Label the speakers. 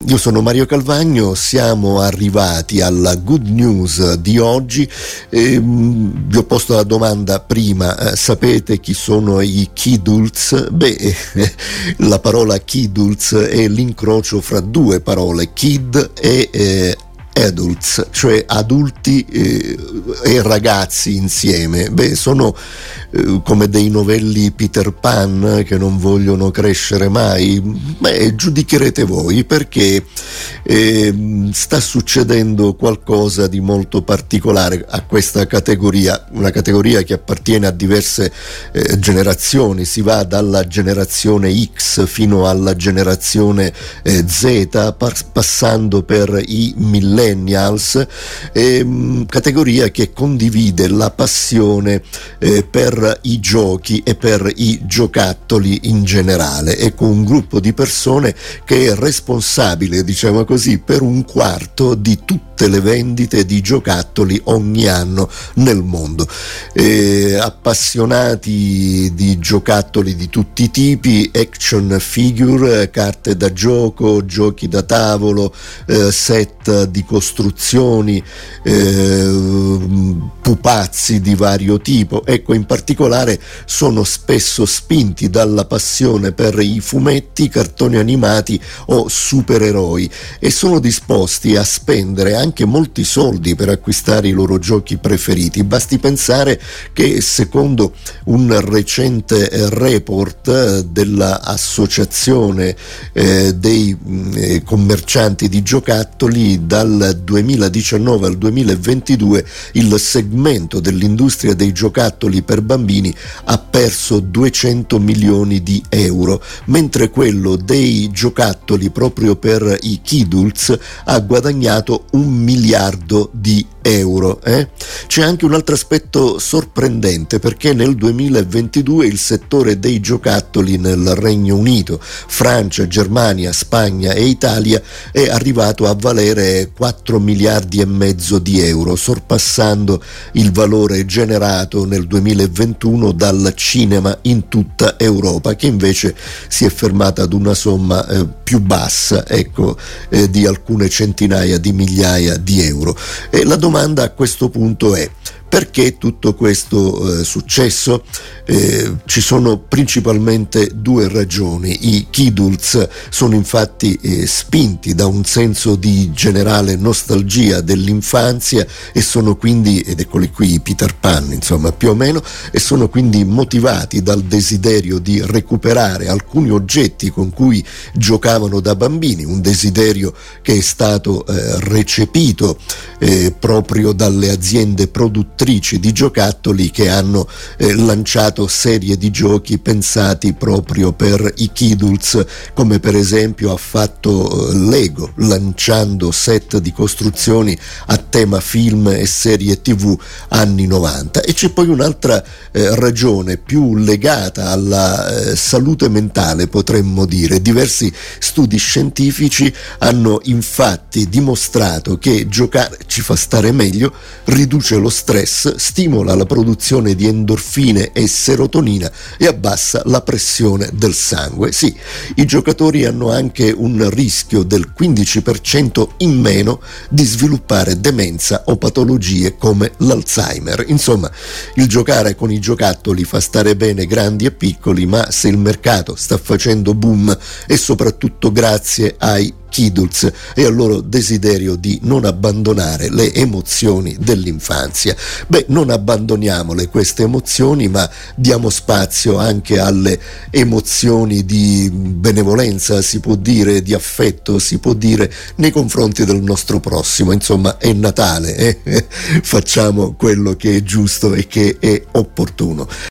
Speaker 1: Io sono Mario Calvagno, siamo arrivati alla good news di oggi. Vi ho posto la domanda prima, sapete chi sono i Kidults? La parola Kidults è l'incrocio fra due parole, kid e adults, cioè adulti e ragazzi insieme. Sono come dei novelli Peter Pan che non vogliono crescere mai. Giudicherete voi, perché sta succedendo qualcosa di molto particolare a questa categoria, una categoria che appartiene a diverse generazioni. Si va dalla generazione X fino alla generazione Z, passando per i millennials, categoria che condivide la passione per i giochi e per i giocattoli in generale. Ecco, un gruppo di persone che è responsabile, diciamo così, per un quarto di tutte le vendite di giocattoli ogni anno nel mondo. Appassionati di giocattoli di tutti i tipi, action figure, carte da gioco, giochi da tavolo, set di costruzioni, pupazzi di vario tipo. Ecco, in particolare sono spesso spinti dalla passione per i fumetti, cartoni animati o supereroi, e sono disposti a spendere anche molti soldi per acquistare i loro giochi preferiti. Basti pensare che, secondo un recente report dell'associazione dei commercianti di giocattoli, dal 2019 al 2022 il segmento dell'industria dei giocattoli per bambini ha perso 200 milioni di euro, mentre quello dei giocattoli proprio per i Kidults ha guadagnato 1 miliardo di euro. C'è anche un altro aspetto sorprendente, perché nel 2022 il settore dei giocattoli nel Regno Unito, Francia, Germania, Spagna e Italia è arrivato a valere 4 miliardi e mezzo di euro, sorpassando il valore generato nel 2021 dal cinema in tutta Europa, che invece si è fermata ad una somma più bassa, di alcune centinaia di migliaia di euro. E la domanda a questo punto è: perché tutto questo successo? Ci sono principalmente due ragioni. I Kidults sono infatti spinti da un senso di generale nostalgia dell'infanzia, e sono quindi, ed eccoli qui i Peter Pan, insomma, più o meno, e sono quindi motivati dal desiderio di recuperare alcuni oggetti con cui giocavano da bambini, un desiderio che è stato recepito proprio dalle aziende produttrici di giocattoli, che hanno lanciato serie di giochi pensati proprio per i Kidults, come per esempio ha fatto Lego, lanciando set di costruzioni a tema film e serie TV anni 90. E c'è poi un'altra ragione più legata alla salute mentale, potremmo dire. Diversi studi scientifici hanno infatti dimostrato che giocare ci fa stare meglio, riduce lo stress, stimola la produzione di endorfine e serotonina e abbassa la pressione del sangue. Sì, i giocatori hanno anche un rischio del 15% in meno di sviluppare demenza o patologie come l'Alzheimer. Insomma, il giocare con i giocattoli fa stare bene grandi e piccoli, ma se il mercato sta facendo boom è soprattutto grazie ai Kidults e al loro desiderio di non abbandonare le emozioni dell'infanzia. Non abbandoniamole queste emozioni, ma diamo spazio anche alle emozioni di benevolenza, si può dire, di affetto, si può dire, nei confronti del nostro prossimo. Insomma, è Natale, facciamo quello che è giusto e che è opportuno.